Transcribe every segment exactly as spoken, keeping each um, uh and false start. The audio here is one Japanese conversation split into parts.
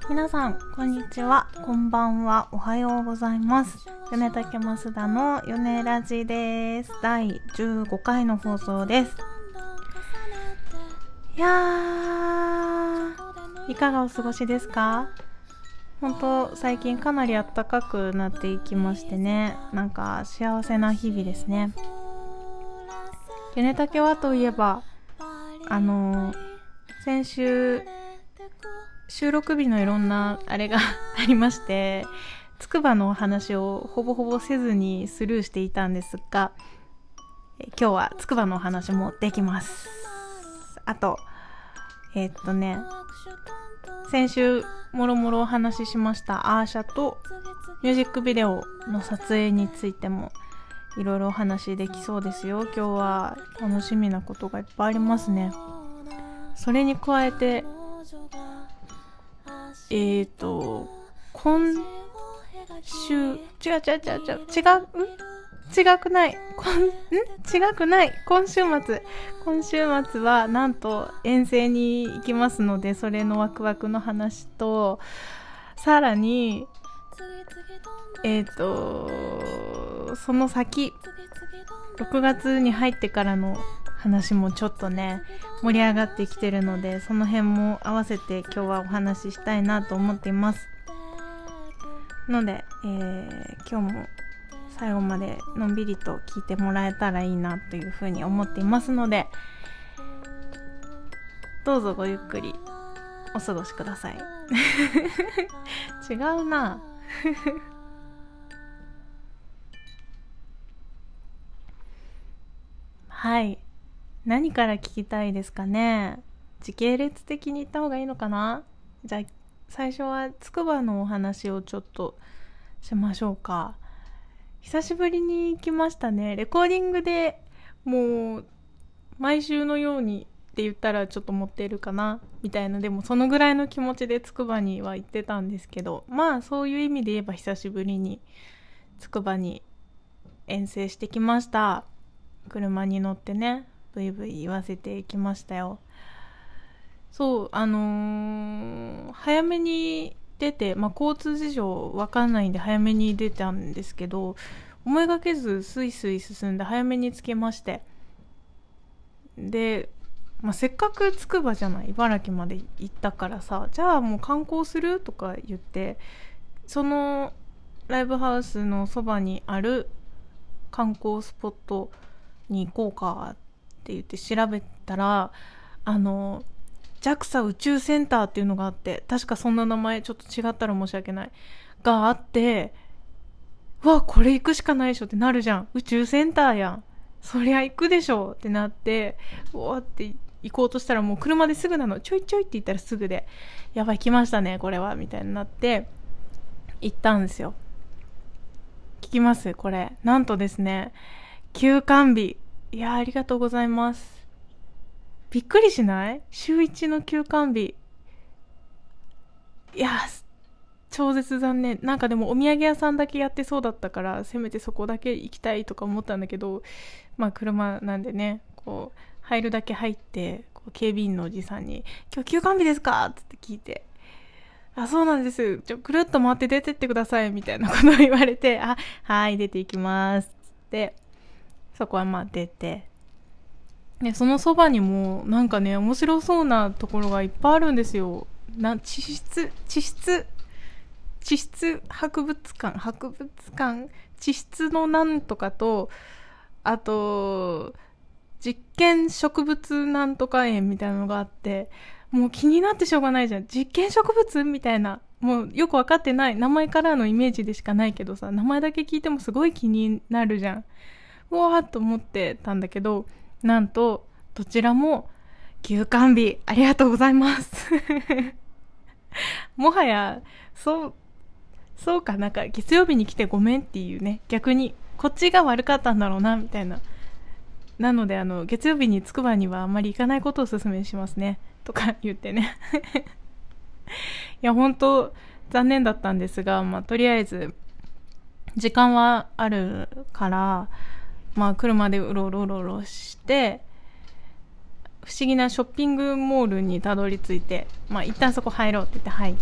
皆さんこんにちは、こんばんは、おはようございます。米竹増田の米ラジです。だいじゅうごかいの放送です。いやー、いかがお過ごしですか？本当最近かなり暖かくなっていきましてね、なんか幸せな日々ですね。米竹はといえば、あのー、先週収録日のいろんなあれがありまして、つくばの話をほぼほぼせずにスルーしていたんですが、今日はつくばの話もできます。あとえー、っとね先週もろもろお話ししましたアーシャとミュージックビデオの撮影についてもいろいろお話できそうですよ。今日は楽しみなことがいっぱいありますね。それに加えてえっと今週違う違う違う違う違う違くないこんん違くない今週末今週末はなんと遠征に行きますので、それのワクワクの話と、さらにえっとその先ろくがつに入ってからの話もちょっとね盛り上がってきてるので、その辺も合わせて今日はお話ししたいなと思っていますので、えー、今日も最後までのんびりと聞いてもらえたらいいなというふうに思っていますので、どうぞごゆっくりお過ごしください違うなはい、何から聞きたいですかね。時系列的に言った方がいいのかな。じゃあ最初はつくばのお話をちょっとしましょうか。久しぶりに行きましたね。レコーディングでもう毎週のようにって言ったらちょっと持っているかなみたいな、でもそのぐらいの気持ちでつくばには行ってたんですけど、まあそういう意味で言えば久しぶりにつくばに遠征してきました。車に乗ってね、ブイブイ言わせてきましたよ。そうあのー、早めに出て、まあ、交通事情わかんないんで早めに出たんですけど、思いがけずスイスイ進んで早めに着けまして、で、まあ、せっかくつくばじゃない、茨城まで行ったからさ、じゃあもう観光するとか言って、そのライブハウスのそばにある観光スポットに行こうかって言って調べたら、あの ジャクサ 宇宙センターっていうのがあって、確かそんな名前、ちょっと違ったら申し訳ないがあって、わこれ行くしかないでしょってなるじゃん。宇宙センターやん、そりゃ行くでしょってなって、うわって行こうとしたらもう車ですぐなの。ちょいちょいって言ったらすぐで、やばい来ましたねこれはみたいになって行ったんですよ。聞きますこれ、なんとですね、休館日、いやありがとうございます。びっくりしない？週いちの休館日。いや超絶残念。なんかでもお土産屋さんだけやってそうだったから、せめてそこだけ行きたいとか思ったんだけど、まあ車なんでね、こう入るだけ入って、こう警備員のおじさんに今日休館日ですかって聞いて、あ、そうなんです、ちょくるっと回って出てってくださいみたいなことを言われて、あ、はい出ていきますってそこはまあ出て、でそのそばにもなんかね面白そうなところがいっぱいあるんですよ。な地質地質地質博物館博物館地質のなんとかと、あと実験植物なんとか園みたいなのがあって、もう気になってしょうがないじゃん。実験植物みたいな、もうよく分かってない、名前からのイメージでしかないけどさ、名前だけ聞いてもすごい気になるじゃん。うわーっと思ってたんだけど、なんとどちらも休館日、ありがとうございますもはやそうそうかなんか月曜日に来てごめんっていうね、逆にこっちが悪かったんだろうなみたいな。なのであの月曜日につくばにはあまり行かないことをお勧めしますねとか言ってねいや本当残念だったんですが、まあ、とりあえず時間はあるから、まあ、車でうろうろうろうろして不思議なショッピングモールにたどり着いて、まあ一旦そこ入ろうって言って入って、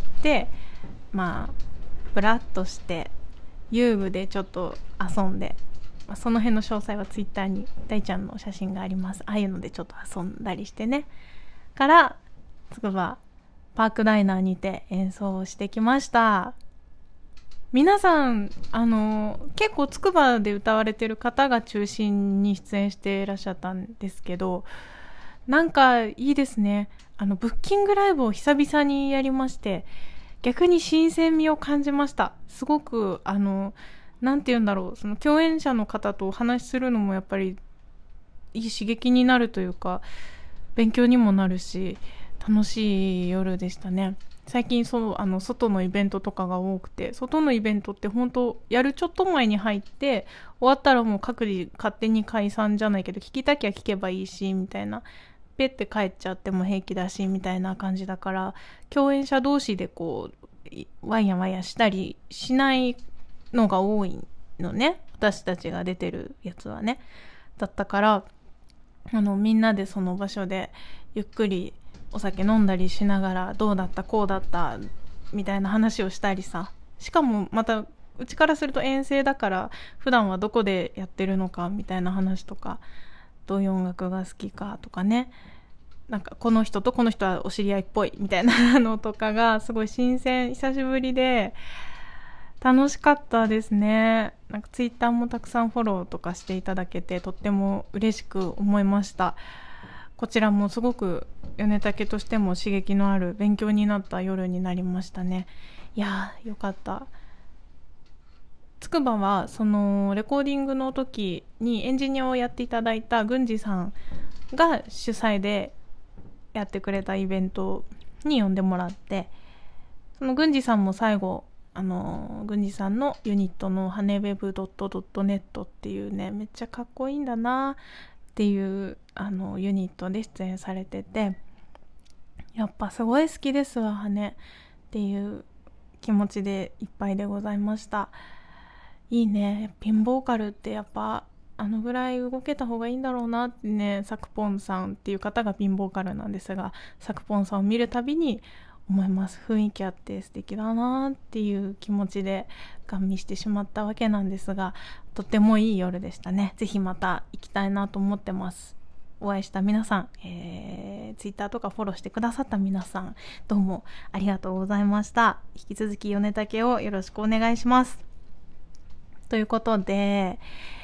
まあブラッとして遊具でちょっと遊んで、まあ、その辺の詳細はツイッターに大ちゃんの写真があります。ああいうのでちょっと遊んだりしてね、からつくばパークダイナーにて演奏をしてきました。皆さんあの結構つくばで歌われてる方が中心に出演していらっしゃったんですけど、なんかいいですね。あのブッキングライブを久々にやりまして、逆に新鮮味を感じました。すごくあのなんて言うんだろう、その共演者の方とお話しするのもやっぱりいい刺激になるというか、勉強にもなるし楽しい夜でしたね。最近そうあの外のイベントとかが多くて、外のイベントって本当やるちょっと前に入って終わったらもう各自勝手に解散じゃないけど、聞きたきゃ聞けばいいしみたいな、ペッて帰っちゃっても平気だしみたいな感じだから、共演者同士でこうワイヤワイヤしたりしないのが多いのね、私たちが出てるやつはね。だったからあのみんなでその場所でゆっくりお酒飲んだりしながら、どうだったこうだったみたいな話をしたりさ、しかもまたうちからすると遠征だから普段はどこでやってるのかみたいな話とか、どういう音楽が好きかとかね、なんかこの人とこの人はお知り合いっぽいみたいなのとかがすごい新鮮、久しぶりで楽しかったですね。なんかツイッターもたくさんフォローとかしていただけてとっても嬉しく思いました。こちらもすごく米竹としても刺激のある勉強になった夜になりましたね。いやーよかった。つくばはそのレコーディングの時にエンジニアをやっていただいた郡司さんが主催でやってくれたイベントに呼んでもらって、その郡司さんも最後あの郡司さんのユニットのハネウェブドットドットネットっていうね、めっちゃかっこいいんだなっていうあのユニットで出演されてて、やっぱすごい好きですわ、ハネっていう気持ちでいっぱいでございました。いいね、ピンボーカルってやっぱあのぐらい動けた方がいいんだろうなってね、サクポンさんっていう方がピンボーカルなんですが、サクポンさんを見るたびに思います。雰囲気あって素敵だなっていう気持ちでガン見してしまったわけなんですが、とってもいい夜でしたね。ぜひまた行きたいなと思ってます。お会いした皆さん、えー、ツイッターとかフォローしてくださった皆さん、どうもありがとうございました。引き続き米竹をよろしくお願いします。ということで、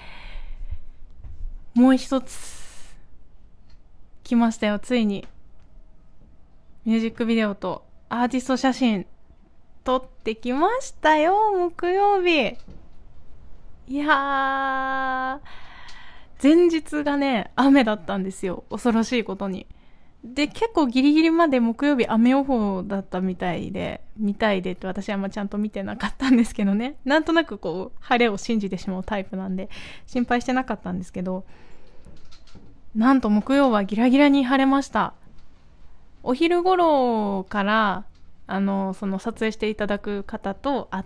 もう一つ来ましたよ、ついに。ミュージックビデオとアーティスト写真撮ってきましたよ、木曜日。いやー、前日がね、雨だったんですよ、恐ろしいことに。で、結構ギリギリまで木曜日雨予報だったみたいで、みたいでって私はあんまちゃんと見てなかったんですけどね。なんとなくこう、晴れを信じてしまうタイプなんで、心配してなかったんですけど、なんと木曜はギラギラに晴れました。お昼頃から、あの、その撮影していただく方と会って、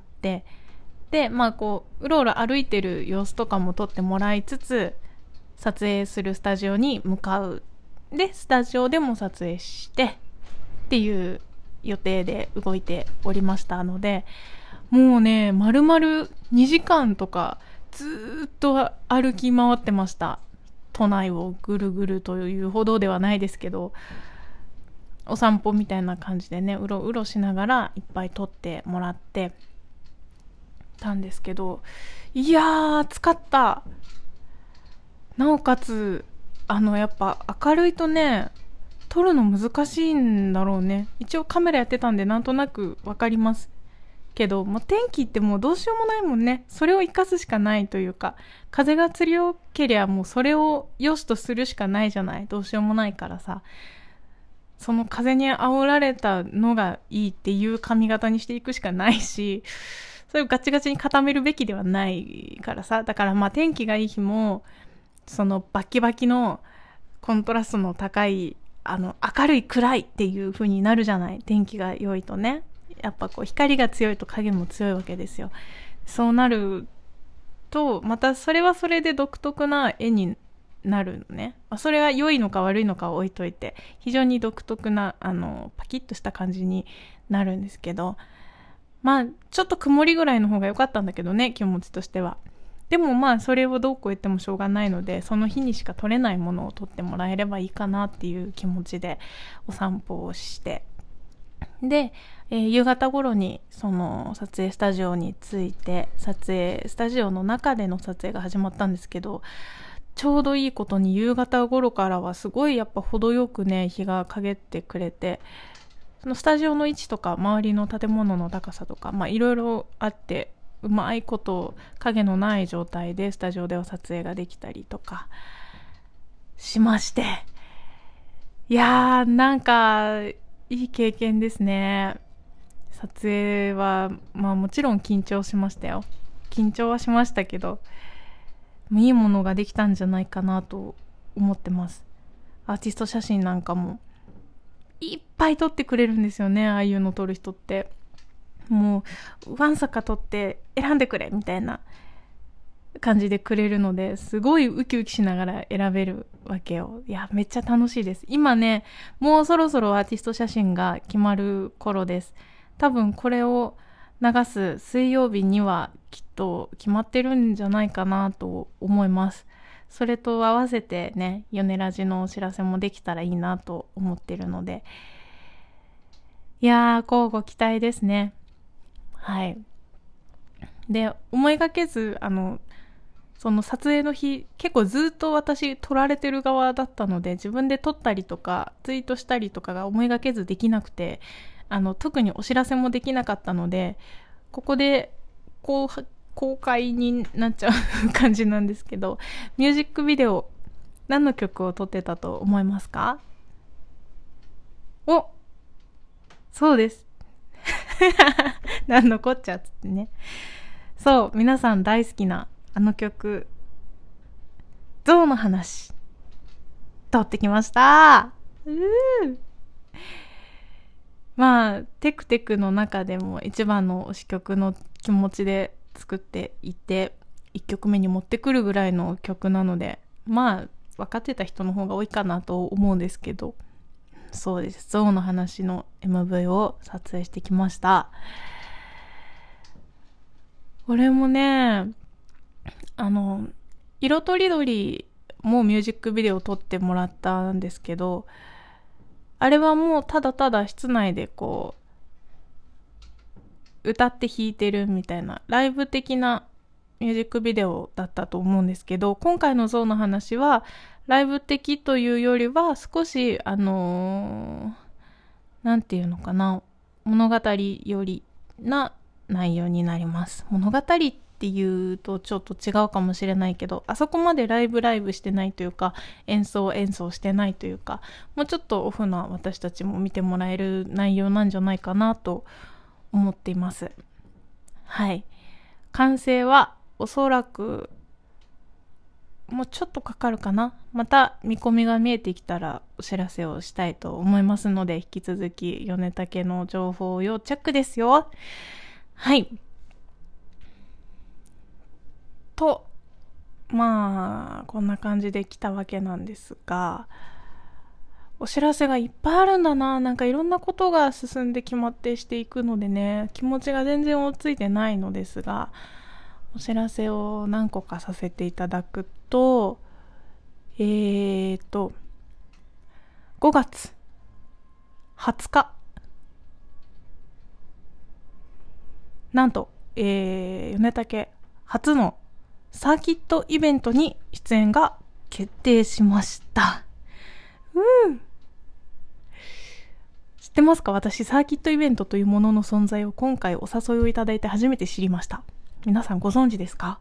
で、まあこう、うろうろ歩いてる様子とかも撮ってもらいつつ、撮影するスタジオに向かう。でスタジオでも撮影してっていう予定で動いておりましたので、もうね丸々にじかんとかずーっと歩き回ってました。都内をぐるぐるというほどではないですけど、お散歩みたいな感じでね、うろうろしながらいっぱい撮ってもらってたんですけど、いやー暑かった。なおかつあのやっぱ明るいとね撮るの難しいんだろうね。一応カメラやってたんでなんとなくわかりますけど、もう天気ってもうどうしようもないもんね。それを生かすしかないというか、風が強けりゃもうそれを良しとするしかないじゃない。どうしようもないからさ、その風に煽られたのがいいっていう髪型にしていくしかないし、それをガチガチに固めるべきではないからさ。だからまあ天気がいい日もそのバキバキのコントラストの高いあの明るい暗いっていう風になるじゃない。天気が良いとね、やっぱこう光が強いと影も強いわけですよ。そうなるとまたそれはそれで独特な絵になるのね。それは良いのか悪いのかを置いといて、非常に独特なあのパキッとした感じになるんですけど、まあちょっと曇りぐらいの方が良かったんだけどね、気持ちとしては。でもまあそれをどうこう言ってもしょうがないので、その日にしか撮れないものを撮ってもらえればいいかなっていう気持ちでお散歩をして、で、えー、夕方頃にその撮影スタジオに着いて、撮影スタジオの中での撮影が始まったんですけど、ちょうどいいことに夕方頃からはすごいやっぱ程よくね日が陰ってくれて、そのスタジオの位置とか周りの建物の高さとかまあいろいろあって、うまいこと影のない状態でスタジオでは撮影ができたりとかしまして、いやーなんかいい経験ですね。撮影はまあもちろん緊張しましたよ。緊張はしましたけど、いいものができたんじゃないかなと思ってます。アーティスト写真なんかもいっぱい撮ってくれるんですよね、ああいうの撮る人って。もうわんさか撮って選んでくれみたいな感じでくれるので、すごいウキウキしながら選べるわけよ。いやめっちゃ楽しいです。今ねもうそろそろアーティスト写真が決まる頃です。多分これを流す水曜日にはきっと決まってるんじゃないかなと思います。それと合わせてね、ヨネラジのお知らせもできたらいいなと思ってるので、いやー乞うご期待ですね。はい。で、思いがけずあのその撮影の日結構ずっと私撮られてる側だったので、自分で撮ったりとかツイートしたりとかが思いがけずできなくて、あの特にお知らせもできなかったので、ここでこう公開になっちゃう感じなんですけど、ミュージックビデオ何の曲を撮ってたと思いますか？お、そうですなんのこっちゃっつってね。そう、皆さん大好きなあの曲、象の話撮ってきました。うー、まあテクテクの中でも一番の推し曲の気持ちで作っていて、いっきょくめに持ってくるぐらいの曲なので、まあ分かってた人の方が多いかなと思うんですけど、そうです、象の話の エムブイ を撮影してきました。これもね、あの色とりどりもミュージックビデオを撮ってもらったんですけど、あれはもうただただ室内でこう歌って弾いてるみたいなライブ的なミュージックビデオだったと思うんですけど、今回の象の話はライブ的というよりは少しあのー、なんていうのかな、物語よりな内容になります。物語っていうとちょっと違うかもしれないけど、あそこまでライブライブしてないというか、演奏演奏してないというか、もうちょっとオフな私たちも見てもらえる内容なんじゃないかなと思っています。はい。完成はおそらくもうちょっとかかるかな。また見込みが見えてきたらお知らせをしたいと思いますので、引き続き米竹の情報を要チェックですよ。はい。と、まあこんな感じで来たわけなんですが、お知らせがいっぱいあるんだな。なんかいろんなことが進んで決まってしていくのでね、気持ちが全然追いついてないのですが、お知らせを何個かさせていただくと、えーとごがつはつか、なんと、えー、米竹初のサーキットイベントに出演が決定しました。うん。知ってますか？私サーキットイベントというものの存在を今回お誘いをいただいて初めて知りました。皆さんご存知ですか？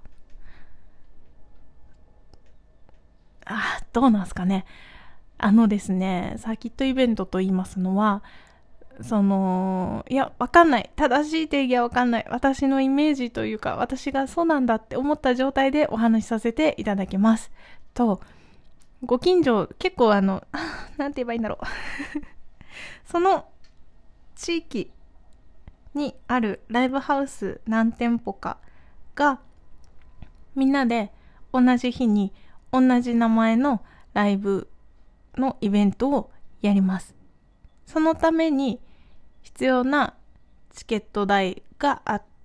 あ、どうなんすかね。あのですね、サーキットイベントと言いますのは、そのいやわかんない、正しい定義はわかんない、私のイメージというか、私がそうなんだって思った状態でお話しさせていただきますと、ご近所結構あのなんて言えばいいんだろうその地域にあるライブハウス何店舗かがみんなで同じ日に同じ名前のライブのイベントをやります。そのために必要なチケット代があって、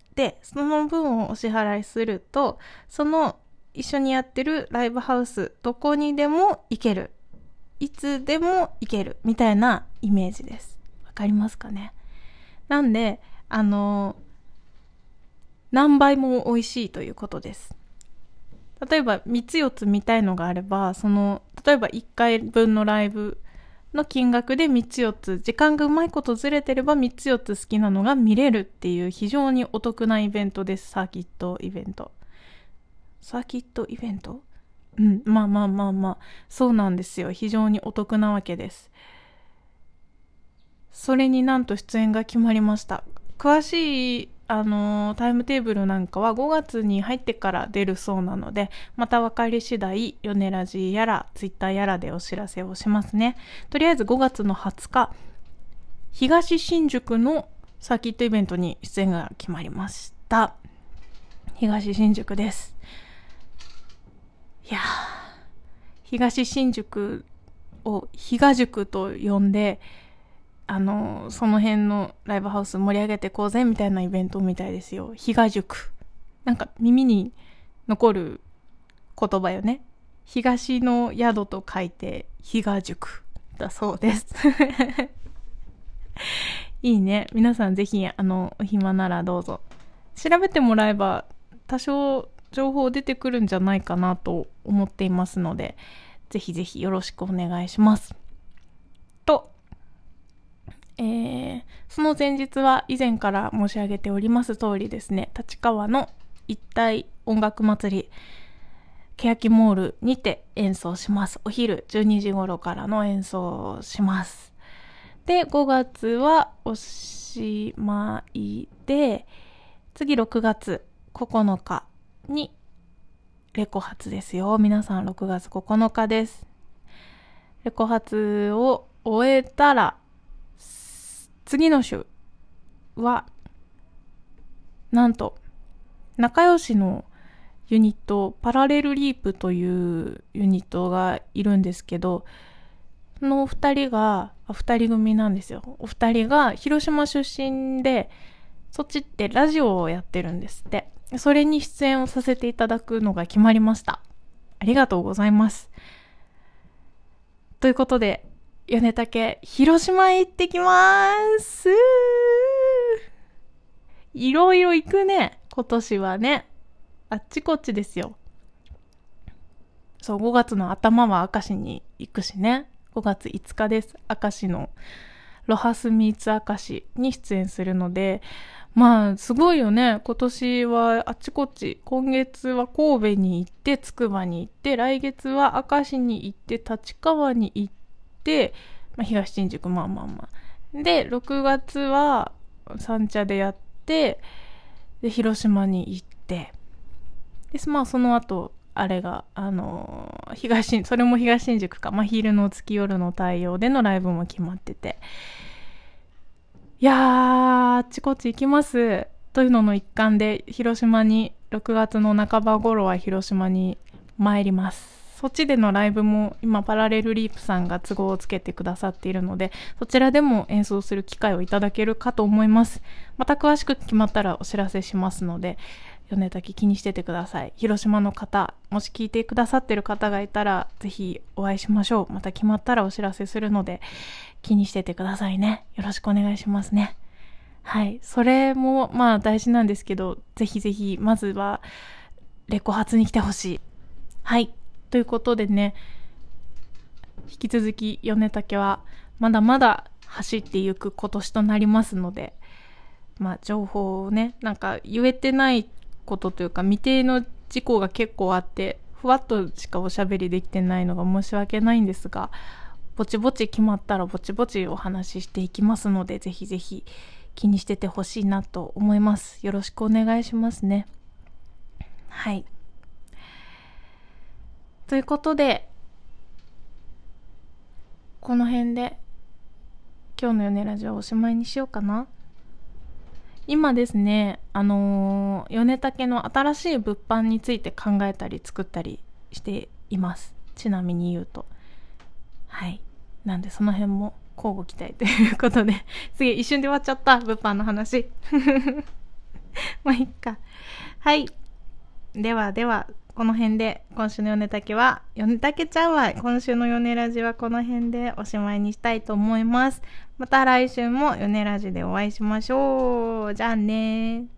その分をお支払いすると、その一緒にやってるライブハウス、どこにでも行ける。いつでも行ける。みたいなイメージです。わかりますかね？なんで、あの、何倍も美味しいということです。例えばみっつよっつ見たいのがあれば、その、例えばいっかいぶんのライブの金額でみっつよっつ、時間がうまいことずれてればみっつよっつ好きなのが見れるっていう非常にお得なイベントです。サーキットイベント。サーキットイベント？うん、まあまあまあまあ、そうなんですよ。非常にお得なわけです。それになんと出演が決まりました。詳しい、あのータイムテーブルなんかはごがつに入ってから出るそうなので、また分かり次第、ヨネラジやら、ツイッターやらでお知らせをしますね。とりあえずごがつのはつか、東新宿のサーキットイベントに出演が決まりました。東新宿です。いやー、東新宿を東宿と呼んで、あのその辺のライブハウス盛り上げてこうぜみたいなイベントみたいですよ。東宿、なんか耳に残る言葉よね。東の宿と書いて東宿だそうですいいね。皆さんぜひ、あのお暇ならどうぞ調べてもらえば多少情報出てくるんじゃないかなと思っていますので、ぜひぜひよろしくお願いしますと、えー、その前日は以前から申し上げております通りですね、立川の一体音楽祭り欅モールにて演奏します。お昼じゅうにじ頃からの演奏をします。で、ごがつはおしまいで、次ろくがつここのかにレコ発ですよ。皆さんろくがつここのかです。レコ発を終えたら次の週はなんと仲良しのユニットパラレルリープというユニットがいるんですけど、そのふたりがふたり組なんですよ。お二人が広島出身で、そっちってラジオをやってるんですって。それに出演をさせていただくのが決まりました。ありがとうございます。ということで、米竹広島へ行ってきます。いろいろ行くね、今年はね。あっちこっちですよ。そう、ごがつの頭は明石に行くしね。ごがついつかです。明石のロハスミーツ明石に出演するので、まあすごいよね。今年はあっちこっち、今月は神戸に行って、つくばに行って、来月は明石に行って、立川に行って、まあ、東新宿、まあまあまあ。で、ろくがつは三茶でやって、で、広島に行って、で、まあその後、あれが、あのー、東新、それも東新宿か、真昼の月夜の太陽でのライブも決まってて、いやー、あっちこっち行きます。というのの一環で、広島に、ろくがつの半ば頃は広島に参ります。そっちでのライブも今パラレルリープさんが都合をつけてくださっているので、そちらでも演奏する機会をいただけるかと思います。また詳しく決まったらお知らせしますので、米滝気にしててください。広島の方、もし聞いてくださってる方がいたらぜひお会いしましょう。また決まったらお知らせするので気にしててくださいね。よろしくお願いしますね。はい、それもまあ大事なんですけど、ぜひぜひまずはレコ発に来てほしい。はい、ということでね、引き続き米竹はまだまだ走っていく今年となりますので、まあ情報をね、なんか言えてないことというか未定の事項が結構あって、ふわっとしかおしゃべりできてないのが申し訳ないんですが、ぼちぼち決まったらぼちぼちお話ししていきますので、ぜひぜひ気にしててほしいなと思います。よろしくお願いしますね。はい、ということでこの辺で今日の米ラジオはおしまいにしようかな。今ですね、あのー、米竹の新しい物販について考えたり作ったりしています。ちなみに言うと。はい。なんでその辺も交互期待ということで、次一瞬で終わっちゃった、物販の話。まあいっか。はい。ではでは、この辺で今週の米竹は、米竹ちゃうわ。今週の米ラジはこの辺でおしまいにしたいと思います。また来週も米ラジでお会いしましょう。じゃあねー。